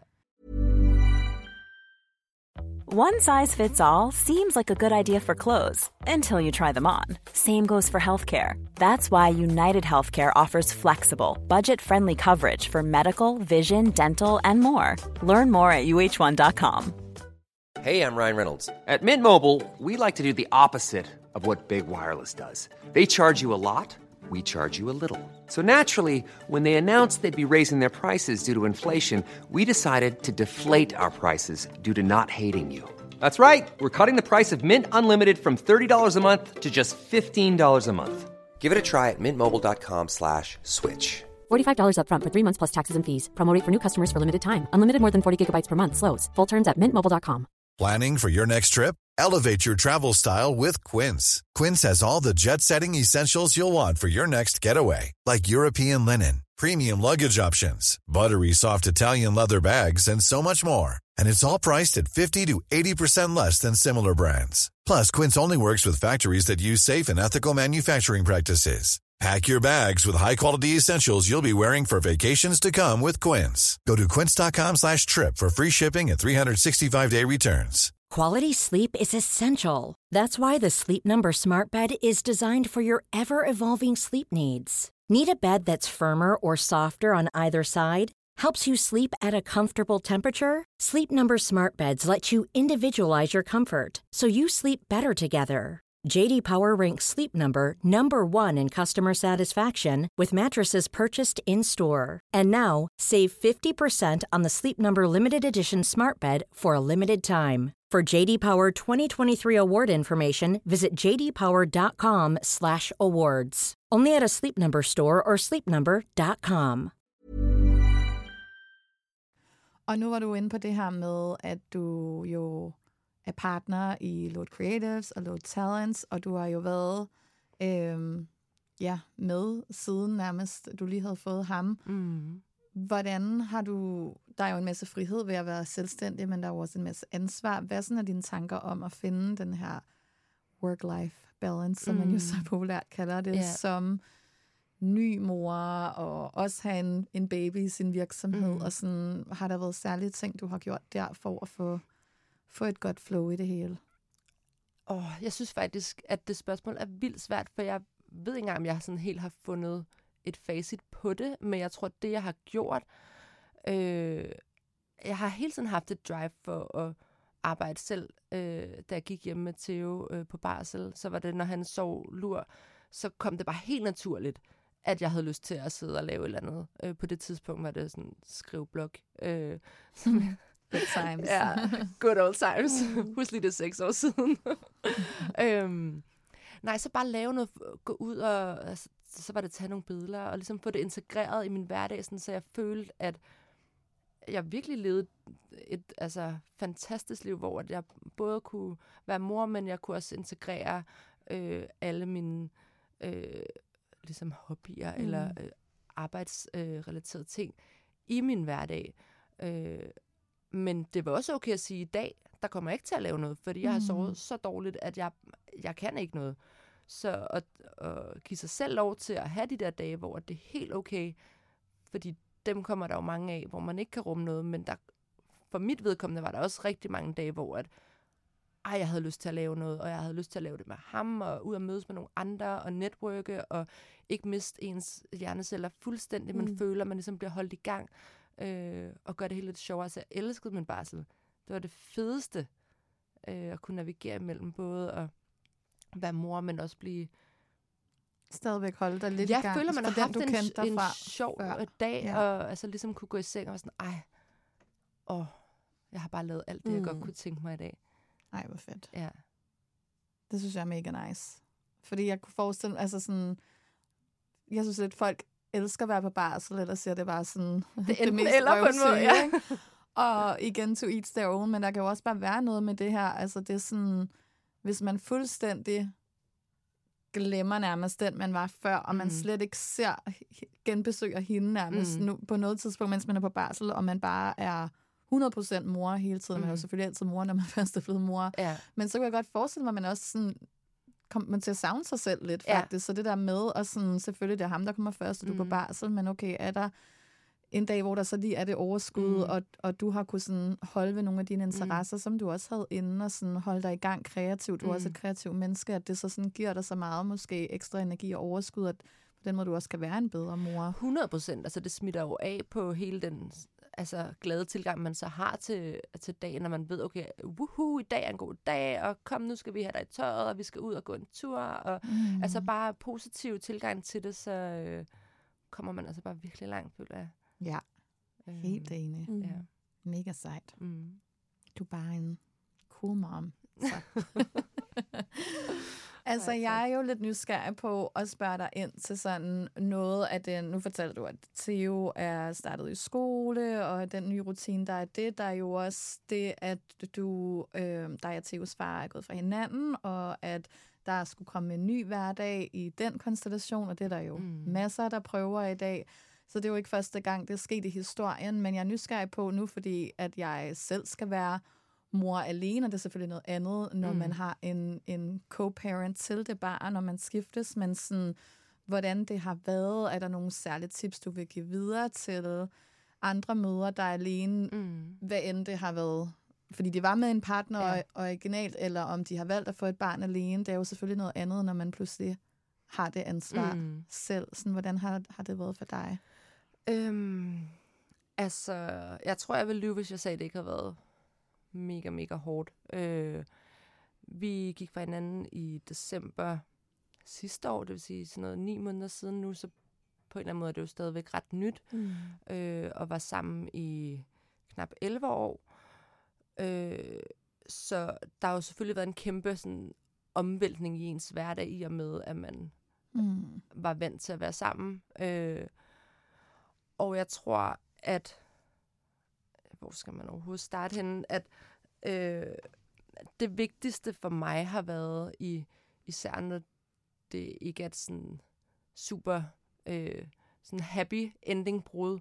One size fits all seems like a good idea for clothes until you try them on. Same goes for healthcare. That's why United Healthcare offers flexible, budget-friendly coverage for medical, vision, dental, and more. Learn more at uh1.com. Hey, I'm Ryan Reynolds. At Mint Mobile, we like to do the opposite of what Big Wireless does. They charge you a lot, we charge you a little. So naturally, when they announced they'd be raising their prices due to inflation, we decided to deflate our prices due to not hating you. That's right. We're cutting the price of Mint Unlimited from $30 a month to just $15 a month. Give it a try at mintmobile.com/switch. $45 up front for 3 months plus taxes and fees. Promo rate for new customers for limited time. Unlimited more than 40 gigabytes per month. Slows full terms at mintmobile.com. Planning for your next trip? Elevate your travel style with Quince. Quince has all the jet-setting essentials you'll want for your next getaway, like European linen, premium luggage options, buttery soft Italian leather bags, and so much more. And it's all priced at 50 to 80% less than similar brands. Plus, Quince only works with factories that use safe and ethical manufacturing practices. Pack your bags with high-quality essentials you'll be wearing for vacations to come with Quince. Go to quince.com/trip for free shipping and 365-day returns. Quality sleep is essential. That's why the Sleep Number Smart Bed is designed for your ever-evolving sleep needs. Need a bed that's firmer or softer on either side? Helps you sleep at a comfortable temperature? Sleep Number Smart Beds let you individualize your comfort, so you sleep better together. J.D. Power ranks Sleep Number #1 in customer satisfaction with mattresses purchased in-store. And now, save 50% on the Sleep Number Limited Edition Smart Bed for a limited time. For J.D. Power 2023 award information, visit jdpower.com/awards. Only at a Sleep Number store or sleepnumber.com. Og nu var du inde på det her med, at du jo er partner i Load Creatives og Load Talents, og du har jo været med siden nærmest, du lige havde fået ham. Hvordan har du... Der er jo en masse frihed ved at være selvstændig, men der er jo også en masse ansvar. Hvad sådan er dine tanker om at finde den her work-life balance, som man jo så populært kalder det, som ny mor, og også have en baby i sin virksomhed, og sådan, har der været særlige ting, du har gjort der for at få et godt flow i det hele? Jeg synes faktisk, at det spørgsmål er vildt svært, for jeg ved ikke engang, om jeg sådan helt har fundet et facit på det, men jeg tror, det jeg har gjort, jeg har hele tiden haft et drive for at arbejde selv. Da jeg gik hjemme med Theo på barsel, så var det, når han sov lur, så kom det bare helt naturligt, at jeg havde lyst til at sidde og lave et eller andet. På det tidspunkt var det sådan en skriveblog. Good times. Ja, good old times. Husk lige det 6 år siden. Nej, så bare lave noget, gå ud og altså, så var det tage nogle billeder, og ligesom få det integreret i min hverdag, sådan, så jeg følte, at jeg virkelig levede et fantastisk liv, hvor jeg både kunne være mor, men jeg kunne også integrere alle mine ligesom hobbyer eller arbejdsrelaterede ting i min hverdag. Men det var også okay at sige, i dag, der kommer jeg ikke til at lave noget, fordi jeg har sovet så dårligt, at jeg kan ikke noget. Så at give sig selv lov til at have de der dage, hvor det er helt okay, fordi dem kommer der jo mange af, hvor man ikke kan rumme noget, men der, for mit vedkommende var der også rigtig mange dage, hvor jeg havde lyst til at lave noget, og jeg havde lyst til at lave det med ham, og ud og mødes med nogle andre, og netværke, og ikke miste ens hjerneceller fuldstændig, men føler, at man ligesom bliver holdt i gang, og gør det hele lidt sjovere. Så jeg elskede min barsel. Det var det fedeste, at kunne navigere imellem både at være mor, men også blive stadigvæk holde dig lidt i gang. Jeg føler, man har haft en sjov dag, og altså ligesom kunne gå i seng og være sådan, jeg har bare lavet alt det, jeg godt kunne tænke mig i dag. Ej, hvor fedt. Ja. Det synes jeg er mega nice. Fordi jeg kunne forestille mig, altså sådan, jeg synes lidt, folk elsker at være på barsel, eller siger det bare sådan, det mest eller på en måde, ja. Og igen, to each their own, men der kan jo også bare være noget med det her, altså det er sådan, hvis man fuldstændig glemmer nærmest den, man var før, og man slet ikke genbesøger hende nærmest nu, på noget tidspunkt, mens man er på barsel, og man bare er 100% mor hele tiden. Man er jo selvfølgelig altid mor, når man først er blevet mor. Ja. Men så kan jeg godt forestille mig, at man også sådan, kommer til at savne sig selv lidt, faktisk. Så det der med, og sådan, selvfølgelig det er ham, der kommer først, og du er på barsel, men okay, er der en dag, hvor der så lige er det overskud, og du har kunnet sådan holde ved nogle af dine interesser, som du også havde inde, og sådan holde dig i gang kreativt. Du er også et kreativt menneske, at det så sådan giver dig så meget, måske ekstra energi og overskud, at på den måde du også kan være en bedre mor. 100%. Altså det smitter jo af på hele den glade tilgang, man så har til dagen, når man ved, okay, i dag er en god dag, og kom, nu skal vi have dig i tøjet, og vi skal ud og gå en tur, og altså bare positiv tilgang til det, så kommer man altså bare virkelig langt, føler jeg. Ja, helt enig. Ja. Mega sejt. Du er bare en cool mom. Altså, jeg er jo lidt nysgerrig på at spørge dig ind til sådan noget af den. Nu fortæller du, at Theo er startet i skole, og den nye rutine, der er det. Der er jo også det, at du, dig og Theos far er gået fra hinanden, og at der skulle komme en ny hverdag i den konstellation, og det er der jo masser, der prøver i dag. Så det er jo ikke første gang, det er sket i historien, men jeg er nysgerrig på nu, fordi at jeg selv skal være mor alene, og det er selvfølgelig noget andet, når man har en co-parent til det barn, når man skiftes, men sådan, hvordan det har været, er der nogle særlige tips, du vil give videre til andre mødre, der er alene, hvad end det har været, fordi det var med en partner originalt, eller om de har valgt at få et barn alene, det er jo selvfølgelig noget andet, når man pludselig har det ansvar selv. Sådan, hvordan har det været for dig? Altså, jeg tror, jeg ville lyve, hvis jeg sagde, at det ikke havde været mega, mega hårdt. Vi gik fra hinanden i december sidste år, det vil sige sådan noget 9 måneder siden nu, så på en eller anden måde er det jo stadigvæk ret nyt, og var sammen i knap 11 år. Så der har jo selvfølgelig været en kæmpe sådan, omvæltning i ens hverdag, i og med, at man var vant til at være sammen. Og jeg tror, at hvor skal man overhovedet starte henne, at det vigtigste for mig har været, især når det ikke er et sådan super sådan happy ending brud,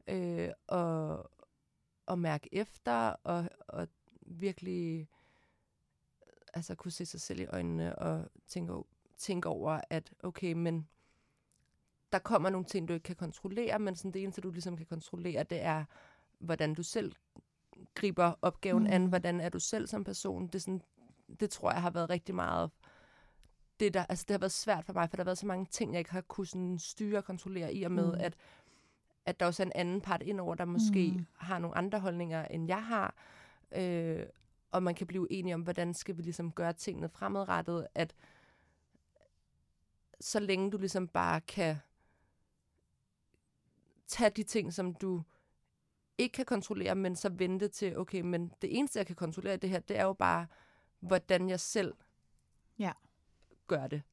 og mærke efter, og virkelig altså kunne se sig selv i øjnene og tænke over, at okay, men der kommer nogle ting, du ikke kan kontrollere, men sådan det eneste, du ligesom kan kontrollere, det er, hvordan du selv griber opgaven an, hvordan er du selv som person. Det tror jeg har været rigtig meget. Det har været svært for mig, for der har været så mange ting, jeg ikke har kunnet sådan styre og kontrollere, i og med, at der også er en anden part indover, der måske har nogle andre holdninger, end jeg har. Og man kan blive enige om, hvordan skal vi ligesom gøre tingene fremadrettet, at så længe du ligesom bare kan tage de ting, som du ikke kan kontrollere, men så vente til, okay, men det eneste, jeg kan kontrollere det her, det er jo bare, hvordan jeg selv gør det.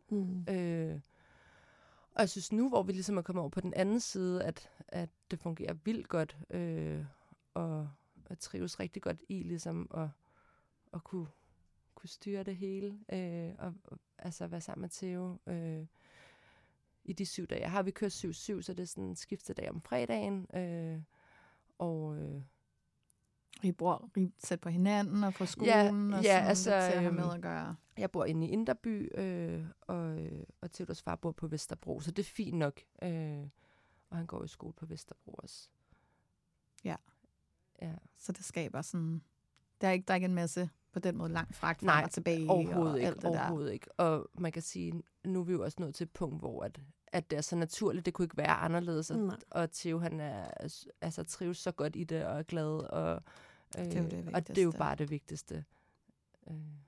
Og jeg synes nu, hvor vi ligesom er kommet over på den anden side, at det fungerer vildt godt, og trives rigtig godt i ligesom at kunne styre det hele, og altså være sammen med Theo i de 7 dage. Har vi kørt 7-7, så det er sådan en skiftedag om fredagen, og I bor tæt på hinanden og på skolen, og sådan altså, til at have med at gøre. Jeg bor inde i Indreby, og Theodors far bor på Vesterbro, så det er fint nok. Og han går i skole på Vesterbro også. Ja. Så det skaber sådan, der er ikke en masse på den måde langt fragt frem og tilbage. Overhovedet ikke. Og man kan sige, nu er vi jo også nået til et punkt, hvor at det er så naturligt, det kunne ikke være anderledes. Og Theo, han er trives så godt i det, og er glad, og det er jo bare det vigtigste.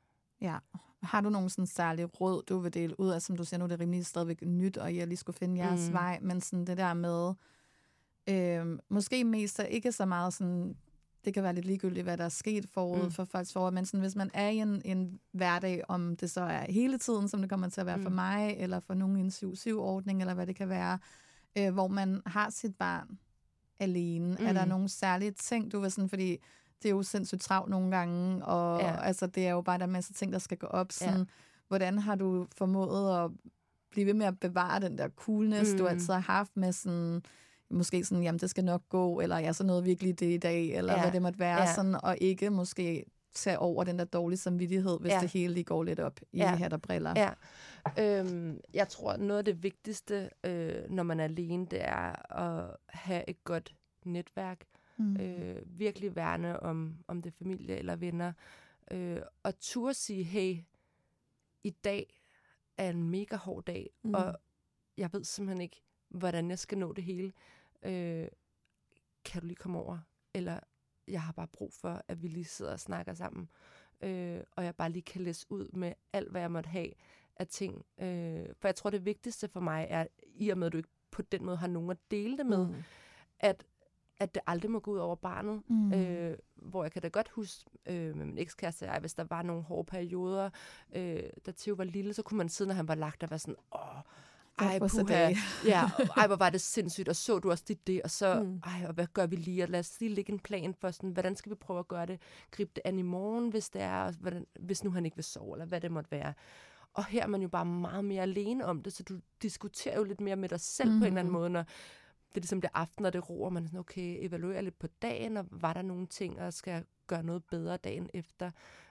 Ja. Har du nogle sådan særlige råd, du vil dele ud af, som du siger nu, det er rimelig stadigvæk nyt, og jeg lige skulle finde jeres vej, men sådan det der med, måske mest er ikke så meget sådan, det kan være lidt ligegyldigt, hvad der er sket forud for folks forhold, men sådan, hvis man er i en hverdag, om det så er hele tiden, som det kommer til at være for mig, eller for nogen i en 7-7-ordning, eller hvad det kan være, hvor man har sit barn alene. Er der nogle særlige ting, du vil sådan, fordi det er jo sindssygt travlt nogle gange, og altså, det er jo bare der masse ting, der skal gå op. Sådan, hvordan har du formået at blive ved med at bevare den der coolness, du altid har haft med sådan, måske sådan, jamen det skal nok gå, eller jeg så noget virkelig det i dag, eller hvad det måtte være, sådan, og ikke måske tage over den der dårlige samvittighed, hvis det hele lige går lidt op i hat og briller. Ja. Jeg tror, noget af det vigtigste, når man er alene, det er at have et godt netværk. Virkelig værne om det familie eller venner. Og turde sige, hey, i dag er en mega hård dag, og jeg ved simpelthen ikke, hvordan jeg skal nå det hele. Kan du lige komme over? Eller jeg har bare brug for, at vi lige sidder og snakker sammen. Og jeg bare lige kan læse ud med alt, hvad jeg måtte have af ting. For jeg tror, det vigtigste for mig er, i og med, at du ikke på den måde har nogen at dele det med, at det aldrig må gå ud over barnet. Hvor jeg kan da godt huske med min ekskæreste, hvis der var nogle hårde perioder, da Theo var lille, så kunne man sidde, når han var lagt, og være sådan, ej, puha. Ja, ej, hvor var det sindssygt, og så du også det, og så, og hvad gør vi lige, og lad os lige lægge en plan for sådan, hvordan skal vi prøve at gøre det, gribe det an i morgen, hvis det er, hvis nu han ikke vil sove, eller hvad det måtte være. Og her er man jo bare meget mere alene om det, så du diskuterer jo lidt mere med dig selv på en eller anden måde, når det er ligesom det aften, og det roer, man sådan, okay, evaluerer lidt på dagen, og var der nogle ting, og skal jeg gøre noget bedre dagen efter.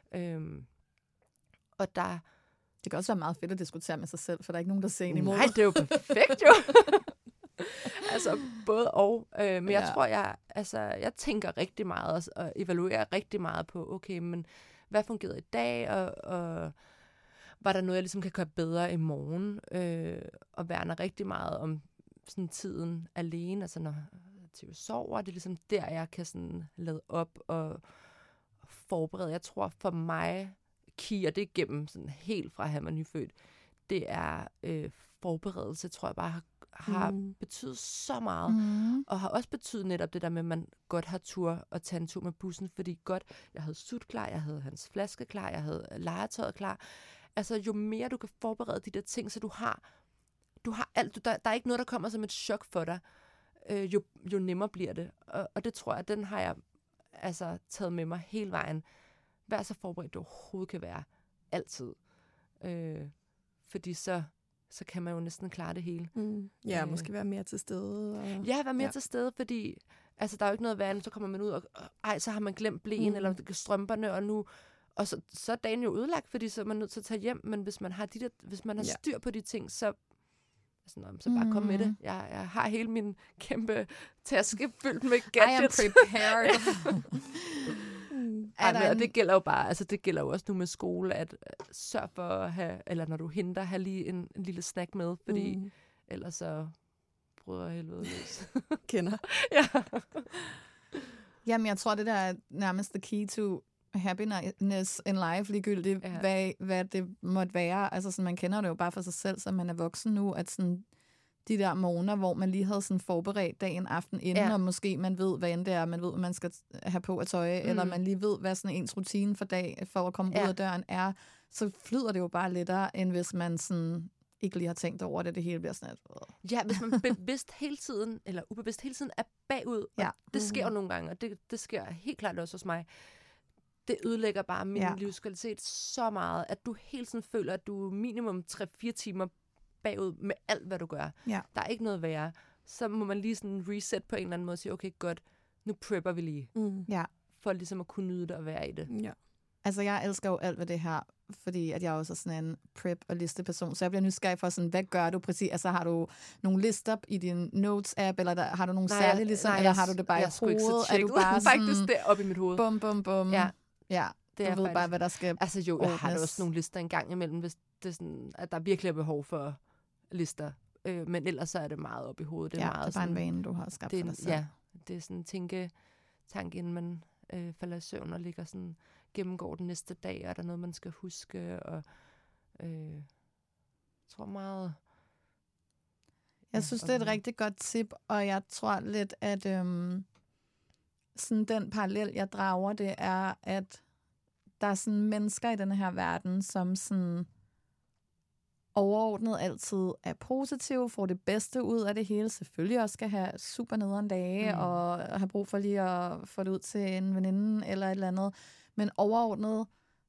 Og der... Det kan også være meget fedt at diskutere med sig selv, for der er ikke nogen, der ser en imod. Nej, det er jo perfekt, jo. Altså, både og. Men jeg tror, jeg tænker rigtig meget, og evaluerer rigtig meget på, okay, men hvad fungerede i dag, og var der noget, jeg ligesom kan gøre bedre i morgen, og værner rigtig meget om sådan tiden alene, altså når Theo sover, det er ligesom der, jeg kan sådan lade op og forberede. Jeg tror for mig, og det igennem sådan helt fra at have mig nyfødt, det er forberedelse, tror jeg bare har betydet så meget, og har også betydet netop det der med, at man godt har tur at tage en tur med bussen, fordi godt, jeg havde sut klar, jeg havde hans flaske klar, jeg havde legetøjet klar. Altså, jo mere du kan forberede de der ting, så du har alt, der er ikke noget, der kommer som et chok for dig, jo nemmere bliver det. Og det tror jeg, den har jeg altså taget med mig hele vejen. Vær så forberedt, du overhovedet kan være. Altid. Fordi så kan man jo næsten klare det hele. Ja, måske være mere til stede. Og... Ja, være mere til stede, fordi altså, der er jo ikke noget værd, så kommer man ud, og så har man glemt blæen, eller strømperne, og nu... Og så er dagen jo ødelagt, fordi så er man nødt til at tage hjem, men hvis man har, hvis man har styr på de ting, så bare kom med det. Jeg har hele min kæmpe taske fyldt med gadgets. I am prepared. Og det gælder jo bare, altså det gælder jo også nu med skole, at sørg for at have, eller når du henter, have lige en lille snack med, fordi ellers så bryder helvede løs. Kender. Ja. Jamen, jeg tror, det der er nærmest the key to happiness in life, ligegyldigt, hvad det måtte være. Altså, sådan, man kender det jo bare for sig selv, som man er voksen nu, at sådan, de der morgener, hvor man lige havde sådan forberedt dagen aften inden, og måske man ved, hvad end det er, man ved, hvad man skal have på af tøj, eller man lige ved, hvad sådan ens rutine for dag, for at komme ud af døren er, så flyder det jo bare lettere, end hvis man sådan ikke lige har tænkt over det hele bliver sådan et... Ja, hvis man bevidst hele tiden, eller ubevidst hele tiden er bagud, og det sker jo nogle gange, og det sker helt klart også hos mig. Det ødelægger bare min livskvalitet så meget, at du hele tiden føler, at du minimum 3-4 timer bagud med alt, hvad du gør. Ja. Der er ikke noget værre. Så må man lige sådan reset på en eller anden måde og sige, okay, godt, nu prepper vi lige. For ligesom at kunne nyde det og være i det. Ja. Altså, jeg elsker jo alt ved det her, fordi at jeg også er sådan en prep- og listeperson, så jeg bliver nysgerrig for sådan, hvad gør du præcis? Altså, har du nogle lister i din Notes-app, eller har du nogle særlige lister, eller har du det bare i hovedet? Er du bare sådan... Faktisk deroppe i mit hoved. Bum, bum, bum. Ja, du ved faktisk bare, hvad der skal altså jo, jeg har også nogle lister en gang imellem, hvis det er sådan, at der virkelig er behov for lister. Men ellers så er det meget op i hovedet. Det er meget det er bare sådan, en vane, du har skabt for dig selv. Ja, det er sådan en tanke, inden man falder i søvn og ligger sådan gennemgår den næste dag, er der noget, man skal huske, og jeg tror meget... Jeg synes, det er et rigtig godt tip, og jeg tror lidt, at sådan den parallel, jeg drager, det er, at der er sådan mennesker i den her verden, som sådan overordnet altid er positive, får det bedste ud af det hele, selvfølgelig også skal have super nederen dage, og have brug for lige at få det ud til en veninde eller et eller andet. Men overordnet,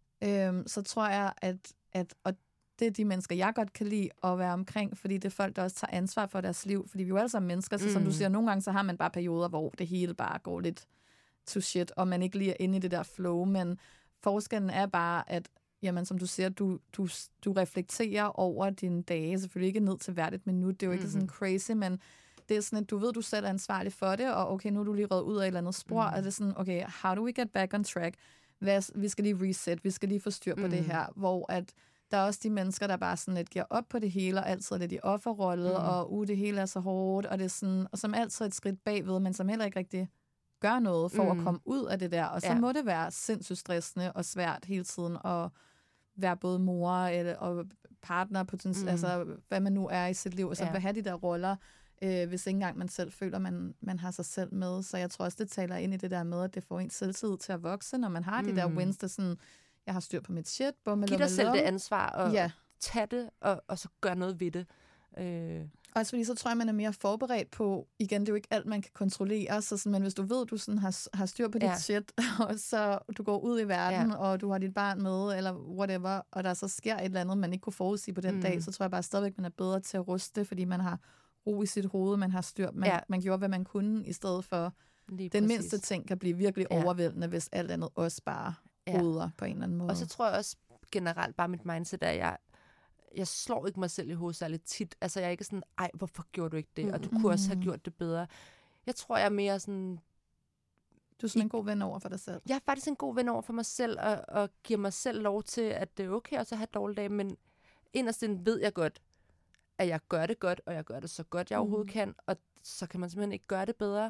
så tror jeg, at og det er de mennesker, jeg godt kan lide at være omkring, fordi det er folk, der også tager ansvar for deres liv, fordi vi er jo alle sammen mennesker, så som du siger, nogle gange så har man bare perioder, hvor det hele bare går lidt to shit, og man ikke lige er inde i det der flow, men forskellen er bare, at jamen, som du siger, du reflekterer over dine dage, selvfølgelig ikke ned til hvert et minut, det er jo ikke sådan crazy, men det er sådan, at du ved, du selv er ansvarlig for det, og okay, nu er du lige røget ud af et eller andet spor, og det er sådan, okay, how do we get back on track? Vi skal lige reset, vi skal lige få styr på det her, hvor at der er også de mennesker, der bare sådan lidt giver op på det hele, og altid er lidt i offerrolle, og det hele er så hårdt, og det er sådan, og som altid er et skridt bagved, men som heller ikke rigtig gør noget for at komme ud af det der, og så må det være sindssygt stressende og svært hele tiden at være både mor og partner, altså hvad man nu er i sit liv, altså have de der roller, hvis ikke engang man selv føler, man har sig selv med. Så jeg tror også, det taler ind i det der med, at det får en selvtillid til at vokse, når man har de der wins, der sådan, jeg har styr på mit shit. Giv dig selv det ansvar, og tage det, og så gøre noget ved det. Også fordi så tror jeg, man er mere forberedt på, igen, det er jo ikke alt, man kan kontrollere, så sådan, men hvis du ved, du sådan har styr på dit shit, og så du går ud i verden, og du har dit barn med, eller whatever, og der så sker et eller andet, man ikke kunne forudsige på den dag, så tror jeg bare stadigvæk, man er bedre til at ruste det, fordi man har ro i sit hoved, man har styr, man gjorde, hvad man kunne, i stedet for den mindste ting kan blive virkelig overvældende, hvis alt andet også bare roder på en eller anden måde. Og så tror jeg også generelt bare mit mindset, at jeg slår ikke mig selv i hovedet særligt tit. Altså, jeg er ikke sådan, ej, hvorfor gjorde du ikke det? Og du kunne også have gjort det bedre. Jeg tror, jeg er mere sådan... Du er sådan en god ven over for dig selv. Jeg er faktisk en god ven over for mig selv, og giver mig selv lov til, at det er okay også at have dårlige dage, men inderst inde ved jeg godt, at jeg gør det godt, og jeg gør det så godt, jeg overhovedet kan, og så kan man simpelthen ikke gøre det bedre.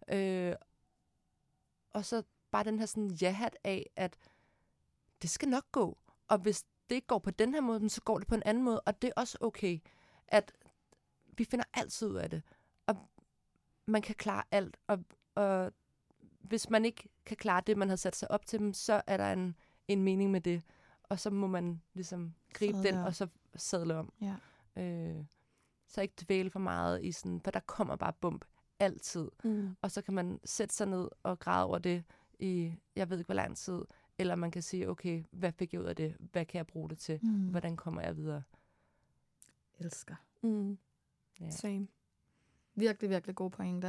Og så bare den her sådan ja-hat af, at det skal nok gå. Og hvis det ikke går på den her måde, så går det på en anden måde, og det er også okay, at vi finder altid ud af det. Og man kan klare alt, og hvis man ikke kan klare det, man har sat sig op til dem, så er der en mening med det. Og så må man ligesom gribe den, og så sadle om. Ja. Så ikke dvæle for meget i sådan, for der kommer bare bump altid. Og så kan man sætte sig ned og græde over det i, jeg ved ikke hvor lang tid, eller man kan sige, okay, hvad fik jeg ud af det? Hvad kan jeg bruge det til? Hvordan kommer jeg videre? Elsker. Ja. Same. Virkelig, virkelig gode pointer.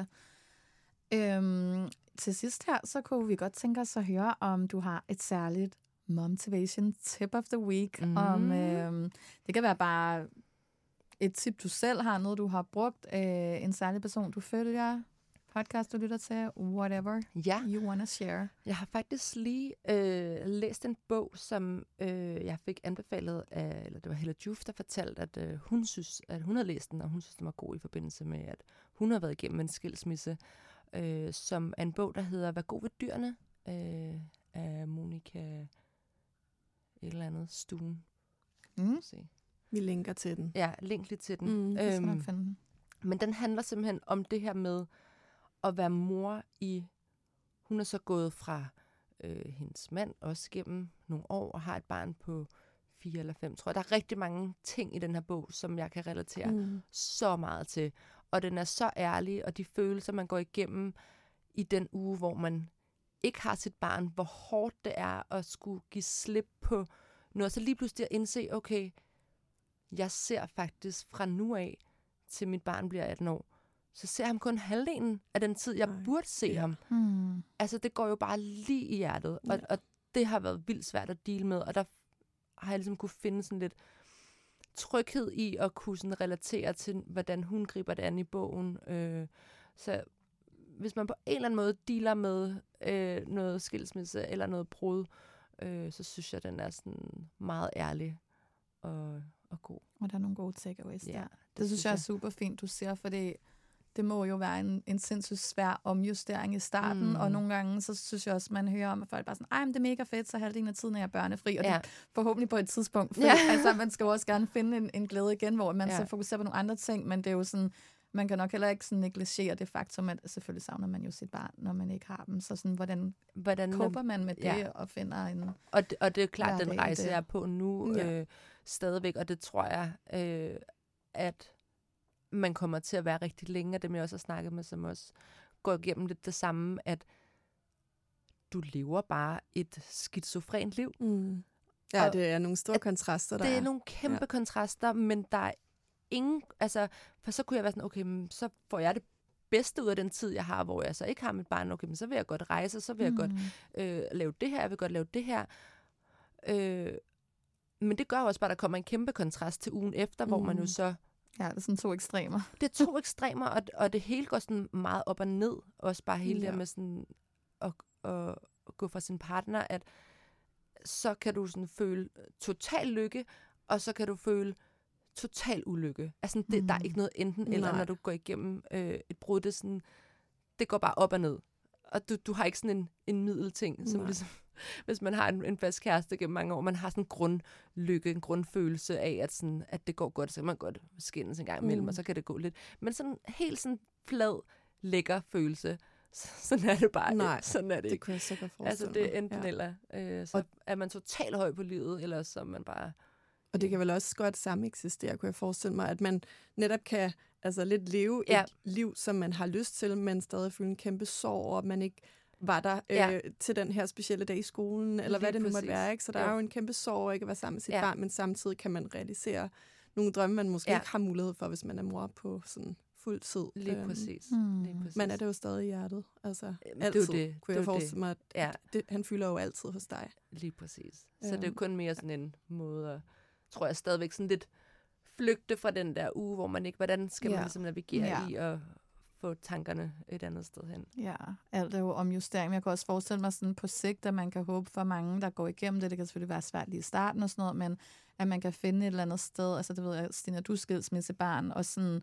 Til sidst her, så kunne vi godt tænke os at høre, om du har et særligt Momtivation Tip of the Week. Om, det kan være bare et tip, du selv har, noget du har brugt, en særlig person, du følger, podcast, du lytter til, whatever you wanna share. Jeg har faktisk lige læst en bog, som jeg fik anbefalet af, eller det var Hella Juf, der fortalte, at hun synes, at hun havde læst den, og hun synes, den var god i forbindelse med, at hun har været igennem en skilsmisse, som er en bog, der hedder Vær god ved dyrene, af Monika et eller andet Stuen. Vi linker til den. Ja, link lige til den. Men den handler simpelthen om det her med at være mor i... Hun er så gået fra hendes mand også gennem nogle år og har et barn på 4 eller 5, tror jeg. Der er rigtig mange ting i den her bog, som jeg kan relatere så meget til. Og den er så ærlig, og de følelser, man går igennem i den uge, hvor man ikke har sit barn, hvor hårdt det er at skulle give slip på noget. Så lige pludselig at indse, okay, jeg ser faktisk fra nu af, til mit barn bliver 18 år, så ser jeg ham kun halvdelen af den tid, jeg burde se ham. Altså, det går jo bare lige i hjertet, og det har været vildt svært at deale med, og der har jeg ligesom kunne finde sådan lidt tryghed i at kunne sådan relatere til, hvordan hun griber det an i bogen. Så hvis man på en eller anden måde dealer med noget skilsmisse eller noget brud, så synes jeg, den er sådan meget ærlig og god. Og der er nogle gode takeaways der. Det synes jeg er super fint, du siger, for det det må jo være en sindssygt svær omjustering i starten, og nogle gange, så synes jeg også, man hører om, at folk bare sådan, ej, men det er mega fedt, så halvdelen af tiden er jeg børnefri, og det er forhåbentlig på et tidspunkt, fordi altså, man skal jo også gerne finde en glæde igen, hvor man så fokuserer på nogle andre ting, men det er jo sådan, man kan nok heller ikke sådan negligere det faktum, at selvfølgelig savner man jo sit barn, når man ikke har dem, så sådan, hvordan koper man med det, og finder en... Og det er klart, den rejse, jeg er på nu, stadigvæk, og det tror jeg, at man kommer til at være rigtig længe, og dem jeg også har snakket med, som også går igennem lidt det samme, at du lever bare et skizofrent liv. Ja, det er nogle store kontraster, der det er nogle kæmpe kontraster, men der er ingen, altså, for så kunne jeg være sådan, okay, men så får jeg det bedste ud af den tid, jeg har, hvor jeg så ikke har mit barn, okay, men så vil jeg godt rejse, så vil jeg godt lave det her, jeg vil godt lave det her. Men det gør også bare, at der kommer en kæmpe kontrast til ugen efter, hvor man jo så... Ja, det er sådan 2 ekstremer. Det er 2 ekstremer, og det hele går sådan meget op og ned. Også bare hele det med sådan at gå fra sin partner, at så kan du sådan føle total lykke, og så kan du føle total ulykke. Altså, der er ikke noget enten eller, når du går igennem et brud. Det, sådan, det går bare op og ned. Og du har ikke sådan en middelting, som ligesom, hvis man har en fast kæreste gennem mange år, man har sådan en grundlykke, en grundfølelse af, at det går godt, så kan man godt skændes en gang imellem, og så kan det gå lidt. Men sådan helt sådan flad, lækker følelse, sådan er det bare. Nej, sådan er det det kunne jeg sikkert forestille altså, det er enten eller. Så er man totalt høj på livet, eller så er man bare... Og det kan vel også godt samme eksistere, kunne jeg forestille mig, at man netop kan altså lidt leve et liv, som man har lyst til, men stadig føle en kæmpe sorg, og at man ikke var der til den her specielle dag i skolen, eller hvad det nu måtte være. Ikke? Så der er jo en kæmpe sorg at ikke at være sammen med sit barn, men samtidig kan man realisere nogle drømme, man måske ikke har mulighed for, hvis man er mor på sådan fuld tid. Lige præcis. Lige præcis. Men er det jo stadig i hjertet. Altså, altid det, kunne jeg forestille mig, at han fylder jo altid hos dig. Lige præcis. Så det er jo kun mere sådan en måde at, tror jeg, stadigvæk sådan lidt flygte fra den der uge, hvor man ikke, hvordan skal man ligesom navigere i at få tankerne et andet sted hen. Ja, alt er jo omjustering. Jeg kan også forestille mig sådan på sigt, at man kan håbe for mange, der går igennem det. Det kan selvfølgelig være svært lige i starten og sådan noget, men at man kan finde et eller andet sted. Altså det ved jeg, Stina, du er skilsmissebarn, og sådan,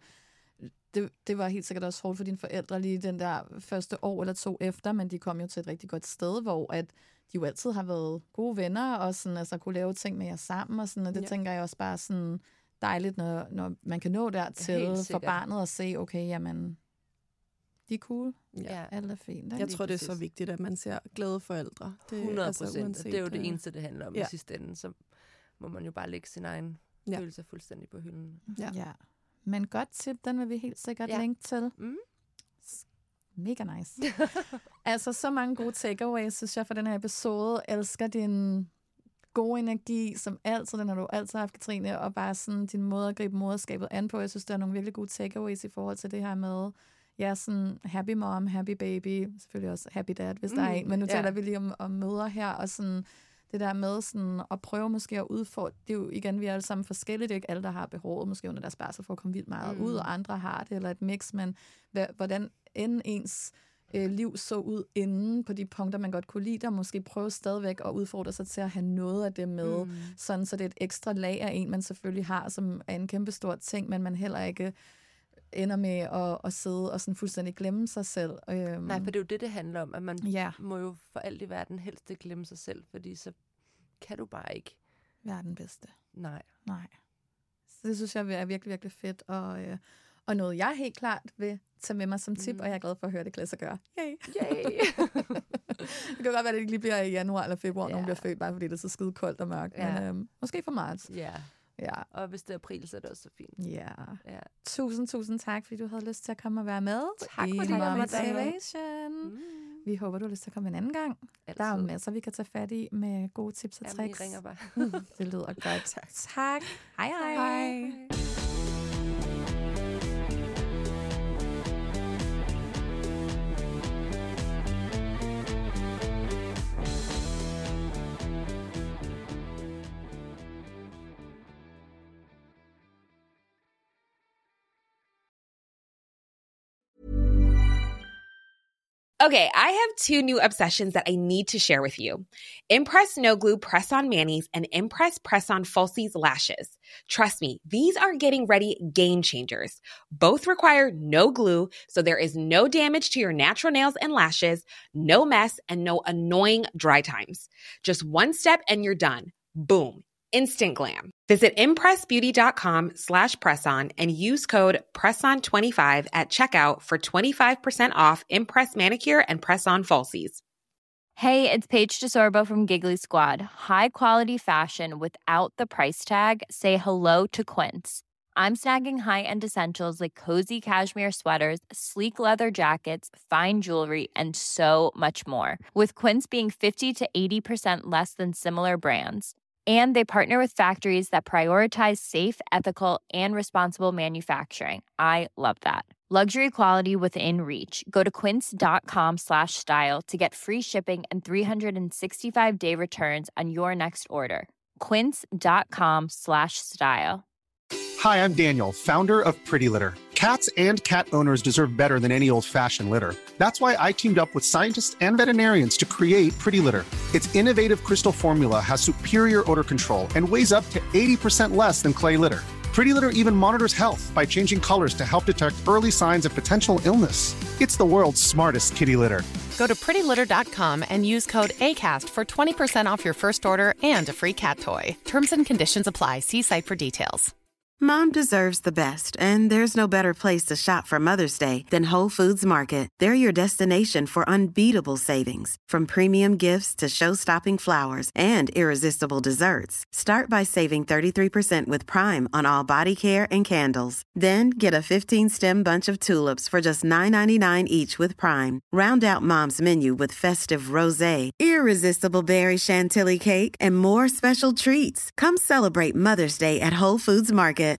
det var helt sikkert også hårdt for dine forældre lige den der første år eller 2 efter, men de kom jo til et rigtig godt sted, hvor at de jo altid har været gode venner, og sådan, altså kunne lave ting med jer sammen, og sådan, og det tænker jeg også bare sådan dejligt, når man kan nå dertil for barnet og se, okay, jamen, de er cool. Ja. Alt er fint. Jeg tror, det er så vigtigt, at man ser glade forældre. Det, 100%. Altså, det er jo det eneste, det handler om i sidste ende. Så må man jo bare lægge sin egen følelse fuldstændig på hylden. Ja. Men godt tip, den vil vi helt sikkert linke til. Mega nice. Altså, så mange gode takeaways, synes jeg, for den her episode. Elsker din gode energi, som altid, den har du altid haft, Katrine, og bare sådan din måde at gribe moderskabet an på. Jeg synes, der er nogle virkelig gode takeaways i forhold til det her med, sådan happy mom, happy baby, selvfølgelig også happy dad, hvis der er en, men nu taler vi lige om mødre her, og sådan det der med sådan at prøve måske at udfordre, det er jo igen, vi er alle sammen forskellige, det er ikke alle, der har behovet måske under deres barsel for at komme vildt meget ud, og andre har det, eller et mix, men hvordan end ens liv så ud inden på de punkter, man godt kunne lide, og måske prøve stadigvæk at udfordre sig til at have noget af det med, sådan så det er et ekstra lag af en, man selvfølgelig har, som er en kæmpe stor ting, men man heller ikke ender med at sidde og sådan fuldstændig glemme sig selv. Nej, for det er jo det handler om, at man må jo for alt i verden helst ikke glemme sig selv, fordi så kan du bare ikke være den bedste. Nej. Så det synes jeg er virkelig, virkelig fedt, og noget, jeg helt klart vil tage med mig som tip, og jeg er glad for at høre det, Klasse gøre. Yay! Det kan godt være, at det ikke lige bliver i januar eller februar, nogen bliver født, bare fordi det er så skide koldt og mørkt, men måske for marts. Ja, og hvis det er april, så er det også så fint. Ja. Tusind tak, fordi du havde lyst til at komme og være med. Tak for det. Vi håber, du har lyst til at komme en anden gang. Altid. Der er jo masser, vi kan tage fat i med gode tips og tricks. Vi ringer bare. Det lyder godt. Tak. Hej. Okay, I have 2 new obsessions that I need to share with you. Impress No Glue Press-On Manis and Impress Press-On Falsies Lashes. Trust me, these are getting ready game changers. Both require no glue, so there is no damage to your natural nails and lashes, no mess, and no annoying dry times. Just one step and you're done. Boom. Instant glam. Visit impressbeauty.com/presson and use code PRESSON25 at checkout for 25% off Impress Manicure and Press-On Falsies. Hey, it's Paige DeSorbo from Giggly Squad. High quality fashion without the price tag. Say hello to Quince. I'm snagging high-end essentials like cozy cashmere sweaters, sleek leather jackets, fine jewelry, and so much more. With Quince being 50 to 80% less than similar brands. And they partner with factories that prioritize safe, ethical, and responsible manufacturing. I love that. Luxury quality within reach. Go to quince.com/style to get free shipping and 365-day returns on your next order. Quince.com/style. Hi, I'm Daniel, founder of Pretty Litter. Cats and cat owners deserve better than any old-fashioned litter. That's why I teamed up with scientists and veterinarians to create Pretty Litter. Its innovative crystal formula has superior odor control and weighs up to 80% less than clay litter. Pretty Litter even monitors health by changing colors to help detect early signs of potential illness. It's the world's smartest kitty litter. Go to prettylitter.com and use code ACAST for 20% off your first order and a free cat toy. Terms and conditions apply. See site for details. Mom deserves the best, and there's no better place to shop for Mother's Day than Whole Foods Market. They're your destination for unbeatable savings, from premium gifts to show-stopping flowers and irresistible desserts. Start by saving 33% with Prime on all body care and candles. Then get a 15-stem bunch of tulips for just $9.99 each with Prime. Round out Mom's menu with festive rosé, irresistible berry chantilly cake, and more special treats. Come celebrate Mother's Day at Whole Foods Market.